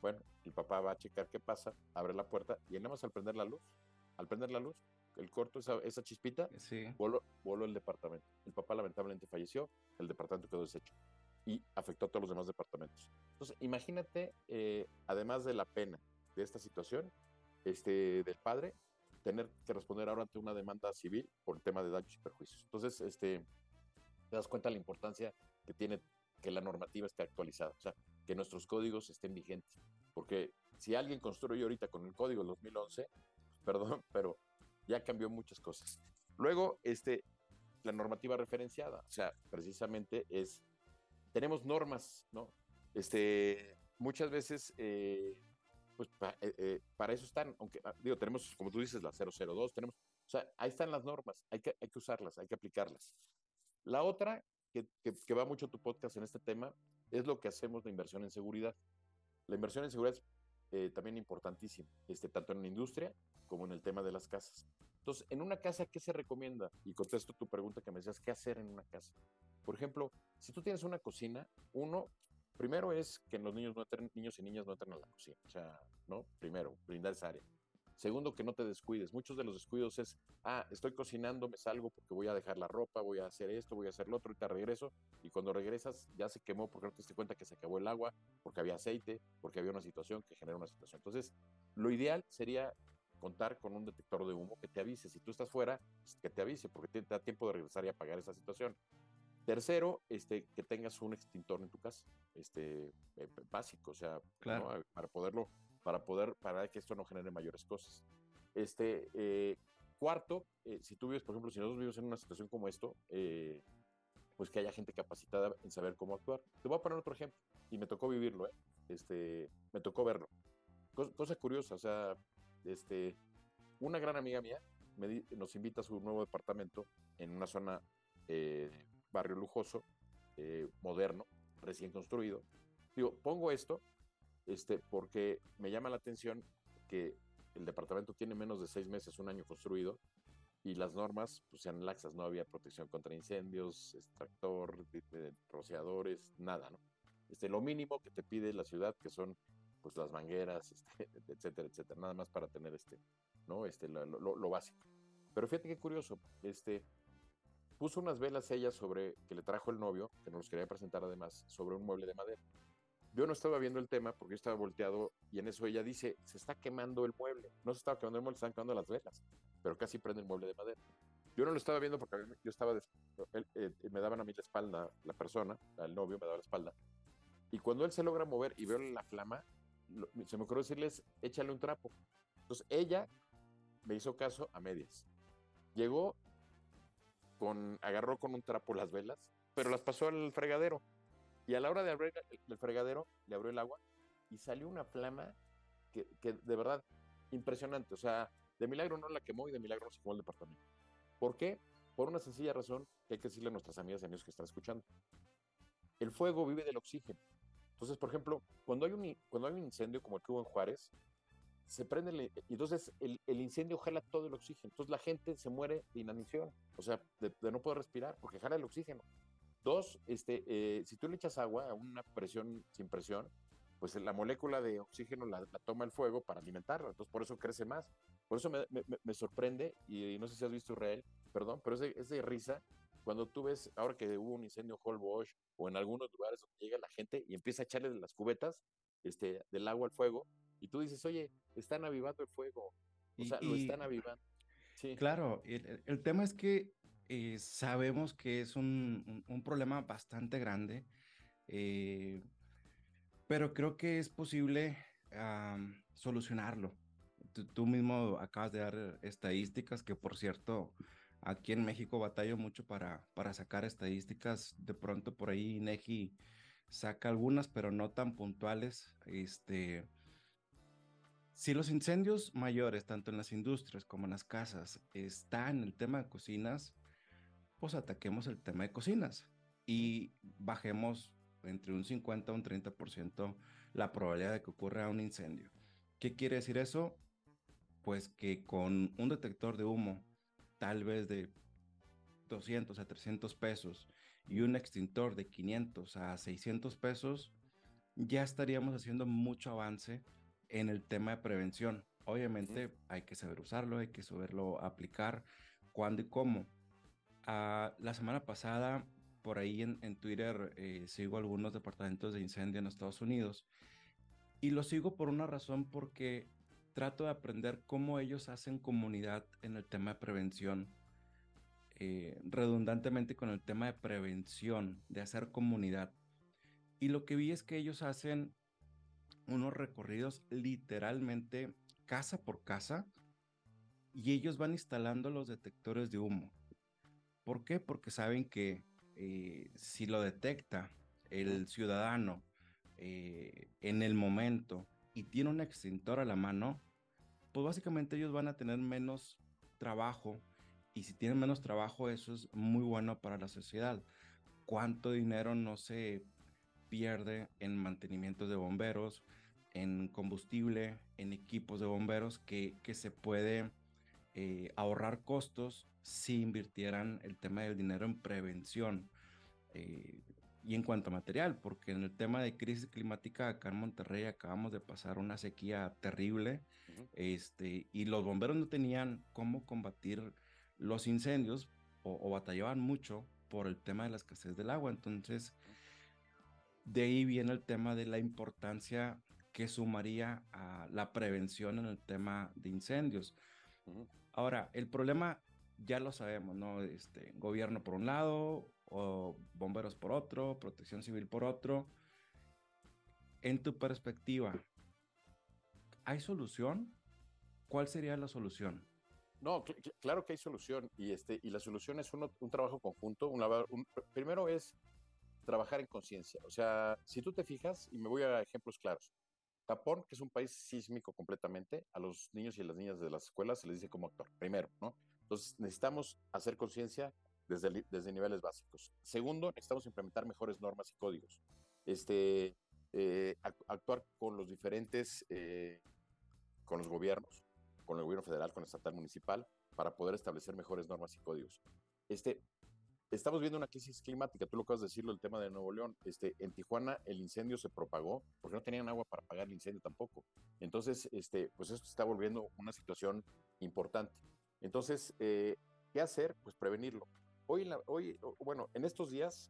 Bueno, el papá va a checar qué pasa, abre la puerta y nada más al prender la luz, el corto, esa chispita, Sí, voló el departamento. El papá lamentablemente falleció, el departamento quedó deshecho y afectó a todos los demás departamentos. Entonces, imagínate, además de la pena de esta situación, del padre, tener que responder ahora ante una demanda civil por el tema de daños y perjuicios. Entonces, te das cuenta de la importancia que tiene que la normativa esté actualizada, o sea, que nuestros códigos estén vigentes. Porque si alguien construye ahorita con el código del 2011, perdón, pero ya cambió muchas cosas. Luego, la normativa referenciada, o sea, precisamente tenemos normas, ¿no? Muchas veces, pues para eso están, aunque, digo, tenemos, como tú dices, la 002, o sea, ahí están las normas, hay que usarlas, hay que aplicarlas. La otra, que va mucho tu podcast en este tema, es lo que hacemos de inversión en seguridad. La inversión en seguridad es también importantísima, tanto en la industria como en el tema de las casas. Entonces, en una casa, ¿qué se recomienda? Y contesto tu pregunta que me decías, ¿qué hacer en una casa? Por ejemplo, si tú tienes una cocina, primero es que los niños y niñas no entren a la cocina. O sea, ¿no? Primero, brindar esa área. Segundo, que no te descuides. Muchos de los descuidos es, estoy cocinando, me salgo porque voy a dejar la ropa, voy a hacer esto, voy a hacer lo otro, ahorita regreso. Y cuando regresas ya se quemó porque no te diste cuenta que se acabó el agua, porque había aceite, porque había una situación que genera una situación. Entonces, lo ideal sería contar con un detector de humo que te avise. Si tú estás fuera, pues, que te avise, porque te da tiempo de regresar y apagar esa situación. Tercero, que tengas un extintor en tu casa, básico, o sea, claro. ¿no? Para que esto no genere mayores cosas. Cuarto, si tú vives, por ejemplo, si nosotros vivimos en una situación como esto, pues que haya gente capacitada en saber cómo actuar. Te voy a poner otro ejemplo, y me tocó vivirlo, me tocó verlo. Cosa curiosa, o sea, una gran amiga mía nos invita a su nuevo departamento en una zona, barrio lujoso, moderno, recién construido. Digo, pongo esto porque me llama la atención que el departamento tiene menos de 6 meses, un año construido, y las normas pues sean laxas, no había protección contra incendios, extractor, rociadores, nada, ¿no? Lo mínimo que te pide la ciudad, que son pues las mangueras, etcétera, etcétera, nada más para tener ¿no? Lo básico. Pero fíjate qué curioso, puso unas velas ella que le trajo el novio, que nos los quería presentar además, sobre un mueble de madera. Yo no estaba viendo el tema porque yo estaba volteado y en eso ella dice, se está quemando el mueble. No se estaba quemando el mueble, se están quemando las velas, pero casi prende el mueble de madera. Yo no lo estaba viendo porque yo estaba, me daban a mí la espalda, la persona, el novio me daba la espalda. Y cuando él se logra mover y veo la flama, se me ocurrió decirles, échale un trapo. Entonces ella me hizo caso a medias. Llegó, agarró con un trapo las velas, pero las pasó al fregadero. Y a la hora de abrir el fregadero, le abrió el agua y salió una flama que de verdad impresionante. O sea, de milagro no la quemó y de milagro no se quemó el departamento. ¿Por qué? Por una sencilla razón que hay que decirle a nuestras amigas y amigos que están escuchando. El fuego vive del oxígeno. Entonces, por ejemplo, cuando hay un incendio como el que hubo en Juárez, se prende y entonces el incendio jala todo el oxígeno. Entonces la gente se muere de inanición, o sea, de no poder respirar porque jala el oxígeno. Dos, si tú le echas agua a una presión sin presión, pues la molécula de oxígeno la toma el fuego para alimentarla, entonces por eso crece más. Por eso me sorprende, y no sé si has visto Israel, perdón, pero es de risa cuando tú ves, ahora que hubo un incendio en Holbox o en algunos lugares donde llega la gente y empieza a echarle de las cubetas del agua al fuego, y tú dices, oye, están avivando el fuego, o Y, sea, lo y están avivando. Sí, claro, el tema es que sabemos que es un problema bastante grande, eh, pero creo que es posible solucionarlo. Tú mismo acabas de dar estadísticas que, por cierto, aquí en México batallo mucho para sacar estadísticas. De pronto por ahí INEGI saca algunas, pero no tan puntuales. Si los incendios mayores, tanto en las industrias como en las casas, están en el tema de cocinas, pues ataquemos el tema de cocinas y bajemos entre un 50 a un 30% la probabilidad de que ocurra un incendio. ¿Qué quiere decir eso? Pues que con un detector de humo, tal vez de 200 a 300 pesos y un extintor de 500 a 600 pesos, ya estaríamos haciendo mucho avance en el tema de prevención. Ujú, Obviamente hay que saber usarlo, hay que saberlo aplicar, cuándo y cómo. La semana pasada, por ahí en Twitter, sigo algunos departamentos de incendio en Estados Unidos y lo sigo por una razón porque trato de aprender cómo ellos hacen comunidad en el tema de prevención, redundantemente con el tema de prevención, de hacer comunidad. Y lo que vi es que ellos hacen unos recorridos literalmente casa por casa y ellos van instalando los detectores de humo. ¿Por qué? Porque saben que si lo detecta ujú, el ciudadano en el momento y tiene un extintor a la mano, pues básicamente ellos van a tener menos trabajo y si tienen menos trabajo eso es muy bueno para la sociedad. ¿Cuánto dinero no se pierde en mantenimiento de bomberos, en combustible, en equipos de bomberos que se puede ahorrar costos si invirtieran el tema del dinero en prevención? eh, y en cuanto a material, porque en el tema de crisis climática acá en Monterrey acabamos de pasar una sequía terrible, ujú. y los bomberos no tenían cómo combatir los incendios o batallaban mucho por el tema de la escasez del agua. Entonces, de ahí viene el tema de la importancia que sumaría a la prevención en el tema de incendios. Ujú. Ahora, el problema ya lo sabemos, ¿no? Gobierno por un lado, o bomberos por otro, protección civil por otro. En tu perspectiva, ¿hay solución? ¿Cuál sería la solución? No, claro que hay solución y la solución es un trabajo conjunto. Primero es trabajar en conciencia. O sea, si tú te fijas, y me voy a ejemplos claros, Japón, que es un país sísmico completamente, a los niños y a las niñas de las escuelas se les dice cómo actuar, primero, ¿no? Entonces necesitamos hacer conciencia desde niveles básicos. Segundo, necesitamos implementar mejores normas y códigos. Este, Actuar con los diferentes, con los gobiernos, con el gobierno federal, con el estatal, municipal, para poder establecer mejores normas y códigos. Este, Estamos viendo una crisis climática, tú lo acabas de decirlo, el tema de Nuevo León. En Tijuana el incendio se propagó porque no tenían agua para apagar el incendio tampoco. Entonces, pues esto se está volviendo una situación importante. Entonces, ¿qué hacer? Pues prevenirlo. Bueno, en estos días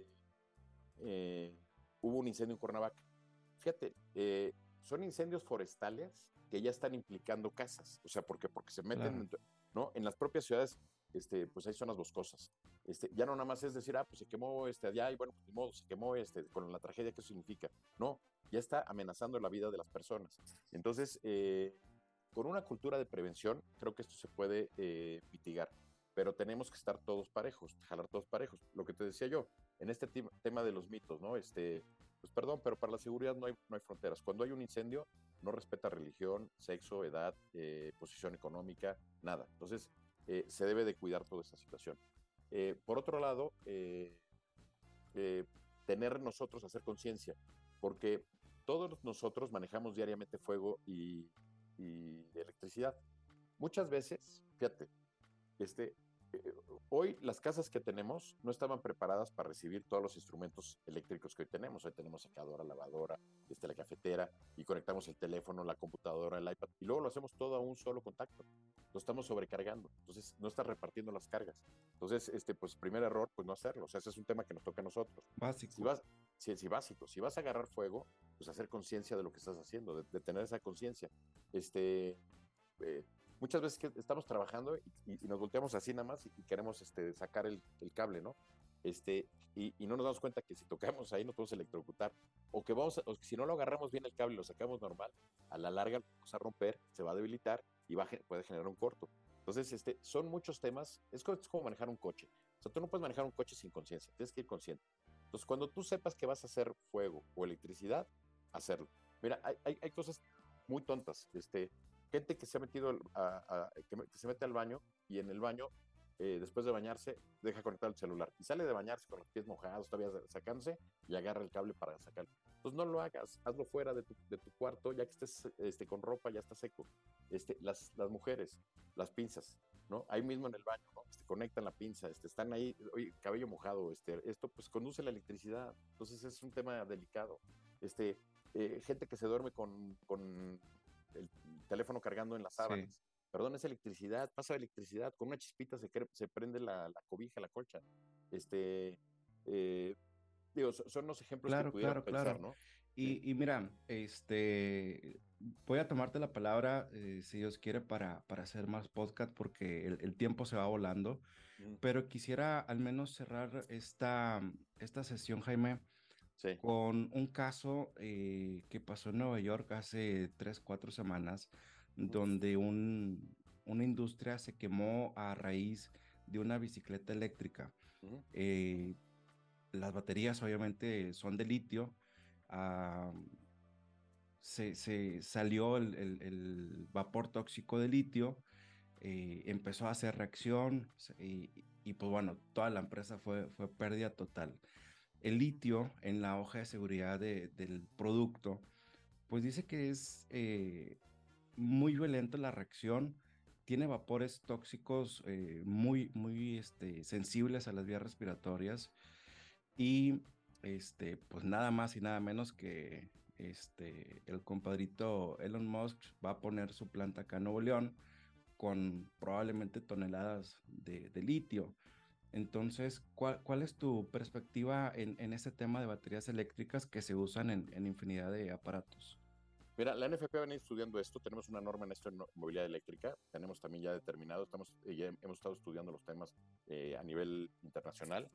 eh, hubo un incendio en Cuernavaca. Fíjate, son incendios forestales que ya están implicando casas. O sea, ¿por qué? Porque se meten, Claro. ¿no? En las propias ciudades, pues hay zonas boscosas. Ya no nada más es decir, pues se quemó allá y bueno, pues ni modo, se quemó con la tragedia que eso significa. No, ya está amenazando la vida de las personas. Entonces, con una cultura de prevención, creo que esto se puede mitigar, pero tenemos que estar todos parejos, jalar todos parejos. Lo que te decía yo, en este tema de los mitos, ¿no? Pues perdón, pero para la seguridad no hay fronteras. Cuando hay un incendio, no respeta religión, sexo, edad, posición económica, nada. Entonces, se debe de cuidar toda esta situación. Por otro lado, eh, tener nosotros, hacer conciencia, porque todos nosotros manejamos diariamente fuego y electricidad. Muchas veces, fíjate, este, eh, hoy las casas que tenemos no estaban preparadas para recibir todos los instrumentos eléctricos que hoy tenemos. Hoy tenemos secadora, lavadora, la cafetera, y conectamos el teléfono, la computadora, el iPad, y luego lo hacemos todo a un solo contacto. Lo estamos sobrecargando, entonces no está repartiendo las cargas. Entonces, pues primer error, pues no hacerlo. O sea, ese es un tema que nos toca a nosotros. Si Básico. vas, si básico, si vas a agarrar fuego, pues hacer conciencia de lo que estás haciendo, de tener esa conciencia. Eh, Muchas veces que estamos trabajando y nos volteamos así nada más y queremos sacar el cable, ¿no? Y no nos damos cuenta que si tocamos ahí nos podemos electrocutar, o que si no lo agarramos bien el cable y lo sacamos normal, a la larga lo vamos a romper, se va a debilitar y puede generar un corto. Entonces, son muchos temas. Es como manejar un coche. O sea, tú no puedes manejar un coche sin conciencia, tienes que ir consciente. Entonces, cuando tú sepas que vas a hacer fuego o electricidad, hacerlo. Mira, hay cosas muy tontas. Gente que se ha metido, que se mete al baño y en el baño, después de bañarse, deja conectado el celular y sale de bañarse con los pies mojados, todavía sacándose y agarra el cable para sacarlo. Entonces no lo hagas, hazlo fuera de tu cuarto, ya que estés con ropa, ya está seco. Las mujeres, las pinzas, ¿no? Ahí mismo en el baño, ¿no? Conectan la pinza, están ahí, oye, cabello mojado, esto pues conduce la electricidad, entonces es un tema delicado. Gente que se duerme con el teléfono cargando en las sábanas. Sí, Perdón, es electricidad, pasa electricidad, con una chispita se prende la cobija, la colcha. Este, eh, Digo, son los ejemplos que claro, pudieran claro, pensar, claro. ¿no? Sí. Y mira, voy a tomarte la palabra, si Dios quiere, para hacer más podcast, porque el tiempo se va volando, Mm, pero quisiera al menos cerrar esta sesión, Jaime, sí. con un caso que pasó en Nueva York hace 3, 4 semanas, Ujú, donde una industria se quemó a raíz de una bicicleta eléctrica. ujú, Eh, las baterías obviamente son de litio. ah, se salió el vapor tóxico de litio, empezó a hacer reacción y pues bueno, toda la empresa fue pérdida total. El litio en la hoja de seguridad del producto, pues dice que es muy violenta la reacción, tiene vapores tóxicos muy sensibles a las vías respiratorias y pues nada más y nada menos que el compadrito Elon Musk va a poner su planta acá en Nuevo León con probablemente toneladas de litio. Entonces, ¿cuál es tu perspectiva en este tema de baterías eléctricas que se usan en infinidad de aparatos? Mira, la NFP va a ir estudiando esto, tenemos una norma en esto en movilidad eléctrica, tenemos también ya determinado, ya hemos estado estudiando los temas a nivel internacional.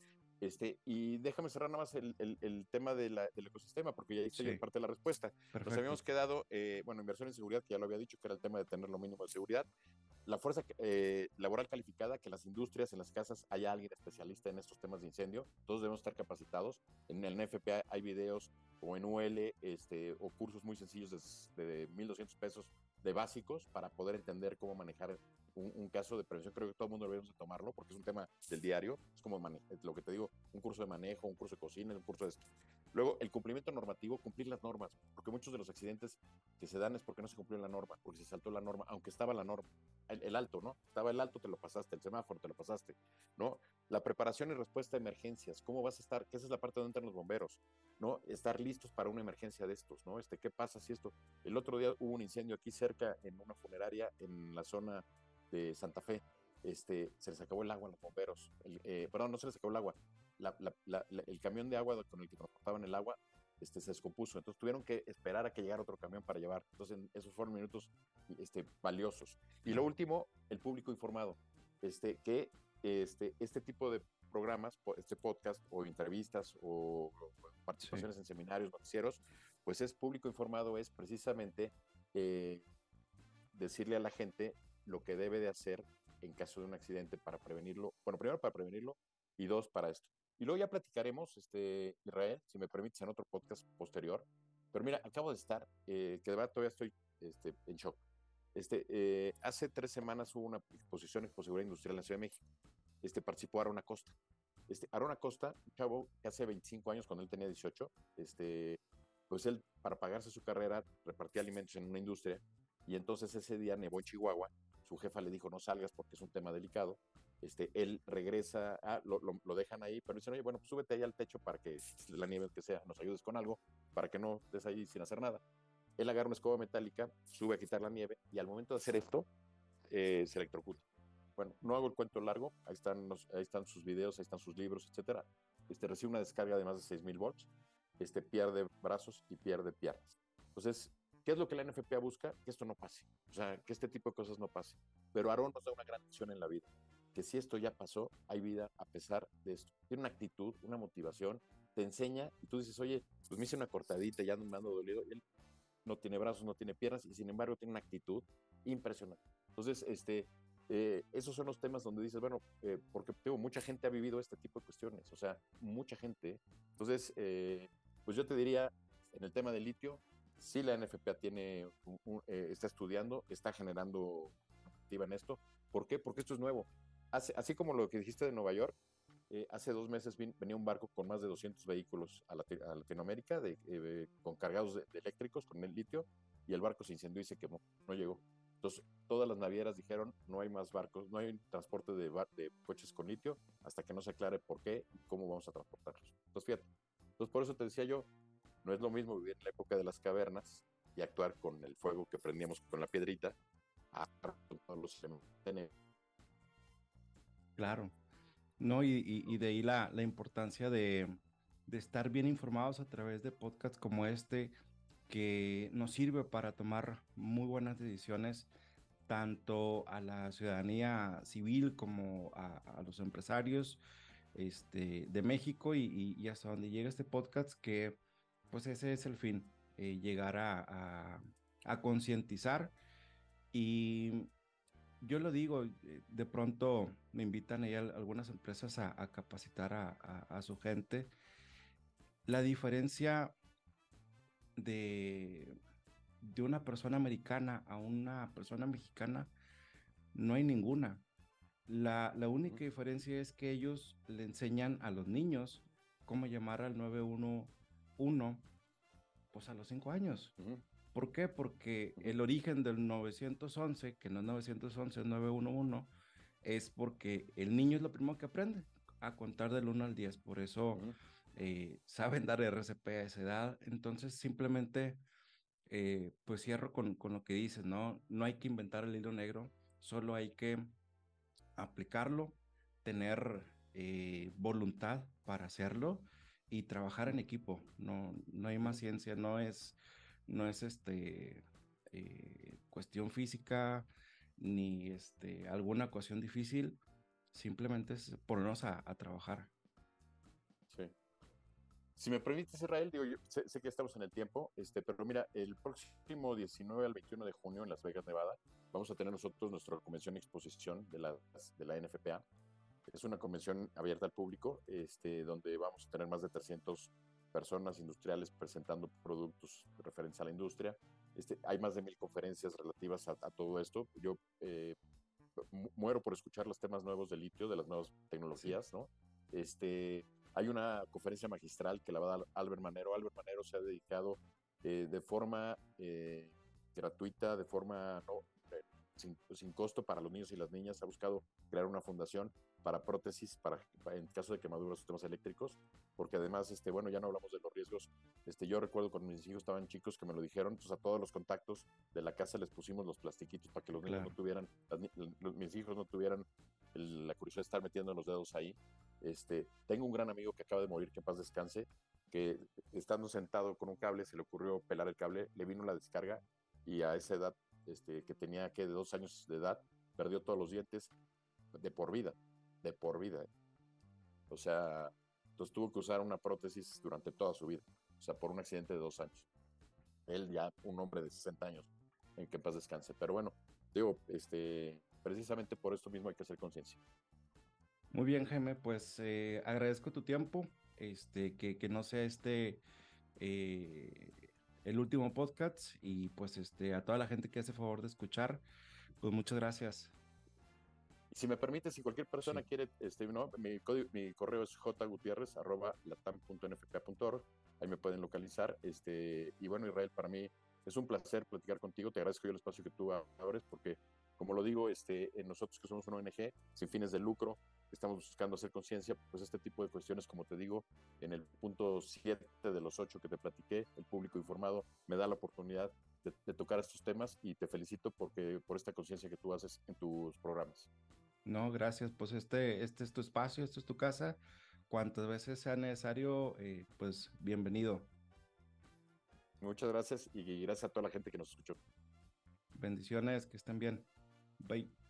Y déjame cerrar nada más el tema del ecosistema, porque ya hice Sí, parte de la respuesta. Nos perfecto. habíamos quedado, bueno, inversión en seguridad, que ya lo había dicho, que era el tema de tener lo mínimo de seguridad. La fuerza laboral calificada, que las industrias, en las casas, haya alguien especialista en estos temas de incendio. Todos debemos estar capacitados. En el NFP hay videos o en UL o cursos muy sencillos de 1,200 pesos de básicos para poder entender cómo manejar un caso de prevención. Creo que todo el mundo deberíamos de tomarlo porque es un tema del diario. Es como lo que te digo, un curso de manejo, un curso de cocina, un curso de esto. Luego, el cumplimiento normativo, cumplir las normas, porque muchos de los accidentes que se dan es porque no se cumplió la norma, porque se saltó la norma, aunque estaba la norma. El alto, ¿no? Estaba el alto, te lo pasaste, el semáforo, te lo pasaste, ¿no? La preparación y respuesta a emergencias, ¿cómo vas a estar? Que esa es la parte donde entran los bomberos, ¿no? Estar listos para una emergencia de estos, ¿no? ¿Qué pasa si esto? El otro día hubo un incendio aquí cerca en una funeraria en la zona de Santa Fe. Se les acabó el agua a los bomberos. Perdón, no se les acabó el agua. El camión de agua con el que transportaban el agua se descompuso. Entonces tuvieron que esperar a que llegara otro camión para llevar. Entonces, esos fueron minutos valiosos. Y lo Claro. último, el público informado. Que este tipo de programas, este podcast o entrevistas o Sí, participaciones en seminarios, noticieros, pues es público informado, es precisamente eh, decirle a la gente lo que debe de hacer en caso de un accidente para prevenirlo. Bueno, primero para prevenirlo y dos para esto. Y luego ya platicaremos, Israel, si me permites, en otro podcast posterior. Pero mira, acabo de estar, que de verdad todavía estoy en shock. Hace 3 semanas hubo una exposición, Exposeguridad Industrial en la Ciudad de México. Participó Aaron Acosta. Aaron Acosta, un chavo que hace 25 años, cuando él tenía 18, pues él, para pagarse su carrera, repartía alimentos en una industria. Y entonces ese día nevó en Chihuahua. Su jefa le dijo, no salgas porque es un tema delicado. Él regresa, lo dejan ahí, pero dicen, oye, bueno, pues súbete ahí al techo para que la nieve que sea, nos ayudes con algo, para que no estés ahí sin hacer nada. Él agarra una escoba metálica, sube a quitar la nieve y al momento de hacer esto, se electrocuta. Bueno, no hago el cuento largo, ahí están sus videos, ahí están sus libros, etcétera. Recibe una descarga de más de 6,000 volts, pierde brazos y pierde piernas. Entonces, ¿qué es lo que la NFPA busca? Que esto no pase, o sea, que este tipo de cosas no pase. Pero Aarón nos da una gran lección en la vida, que si esto ya pasó, hay vida a pesar de esto. Tiene una actitud, una motivación, te enseña y tú dices, oye, pues me hice una cortadita, ya me ando dolido. Él no tiene brazos, no tiene piernas y sin embargo tiene una actitud impresionante. Entonces, esos son los temas donde dices, bueno, porque tengo mucha gente ha vivido este tipo de cuestiones, o sea, mucha gente. Entonces, pues yo te diría, en el tema del litio, sí la NFPA está estudiando, está generando activa en esto. ¿Por qué? Porque esto es nuevo. Así como lo que dijiste de Nueva York, hace 2 meses venía un barco con más de 200 vehículos a Latinoamérica, con cargados de eléctricos, con el litio, y el barco se incendió y se quemó, no llegó. Entonces, todas las navieras dijeron, no hay más barcos, no hay transporte de coches con litio hasta que no se aclare por qué y cómo vamos a transportarlos. Entonces, fíjate. Entonces, por eso te decía yo, No es lo mismo vivir en la época de las cavernas y actuar con el fuego que prendíamos con la piedrita, a todos los elementos. Claro. No, y de ahí la importancia de estar bien informados a través de podcasts como este, que nos sirve para tomar muy buenas decisiones, tanto a la ciudadanía civil como a los empresarios de México y hasta donde llega este podcast, que pues ese es el fin, llegar a concientizar. Y yo lo digo, de pronto me invitan ahí algunas empresas a capacitar a su gente. La diferencia de, de una persona americana a una persona mexicana no hay ninguna. La única diferencia es que ellos le enseñan a los niños cómo llamar al 911 pues a los 5 años. Uh -huh. ¿Por qué? Porque Uh -huh. el origen del 911, que no es 911, es 911, es porque el niño es lo primero que aprende a contar del 1 al 10. Por eso Uh -huh. saben dar RCP a esa edad. Entonces, simplemente, pues cierro con lo que dices, ¿no? No hay que inventar el hilo negro, solo hay que aplicarlo, tener voluntad para hacerlo y trabajar en equipo. No, no hay más ciencia, no es cuestión física ni alguna ecuación difícil, simplemente es ponernos a trabajar. Sí. Si me permites, Israel, digo, yo sé que estamos en el tiempo, pero mira, el próximo 19 al 21 de junio en Las Vegas, Nevada, vamos a tener nosotros nuestra convención y exposición de la NFPA. Es una convención abierta al público, donde vamos a tener más de 300 personas industriales presentando productos referentes a la industria. Hay más de 1000 conferencias relativas a todo esto. Yo muero por escuchar los temas nuevos de litio, de las nuevas tecnologías, sí. ¿No? Hay una conferencia magistral que la va a dar Albert Manero. Albert Manero se ha dedicado de forma gratuita, de forma sin costo para los niños y las niñas. Ha buscado crear una fundación para prótesis, en caso de quemaduras o sistemas eléctricos, porque además, bueno, ya no hablamos de los riesgos. Yo recuerdo cuando mis hijos estaban chicos que me lo dijeron, entonces a todos los contactos de la casa les pusimos los plastiquitos para que los niños no tuvieran, mis hijos no tuvieran la curiosidad de estar metiendo los dedos ahí. Tengo un gran amigo que acaba de morir, que en paz descanse, que estando sentado con un cable se le ocurrió pelar el cable, le vino la descarga y a esa edad, que tenía de 2 años de edad, perdió todos los dientes de por vida. O sea, entonces tuvo que usar una prótesis durante toda su vida, o sea, por un accidente de 2 años. Él ya un hombre de 60 años, en que en paz descanse. Pero bueno, digo, precisamente por esto mismo hay que hacer conciencia. Muy bien, Jaime, pues agradezco tu tiempo, que no sea el último podcast y pues a toda la gente que hace favor de escuchar, pues muchas gracias. Si me permite, si cualquier persona Sí. quiere, mi correo es jgutierrez@latam.nfpa.org, ahí me pueden localizar, y bueno, Israel, para mí es un placer platicar contigo, te agradezco yo el espacio que tú abres, porque, como lo digo, nosotros que somos una ONG sin fines de lucro, estamos buscando hacer conciencia, pues este tipo de cuestiones, como te digo, en el punto 7 de los 8 que te platiqué, el público informado me da la oportunidad de tocar estos temas y te felicito por esta conciencia que tú haces en tus programas. No, gracias. Pues este es tu espacio, esto es tu casa. Cuantas veces sea necesario, pues bienvenido. Muchas gracias y gracias a toda la gente que nos escuchó. Bendiciones, que estén bien. Bye.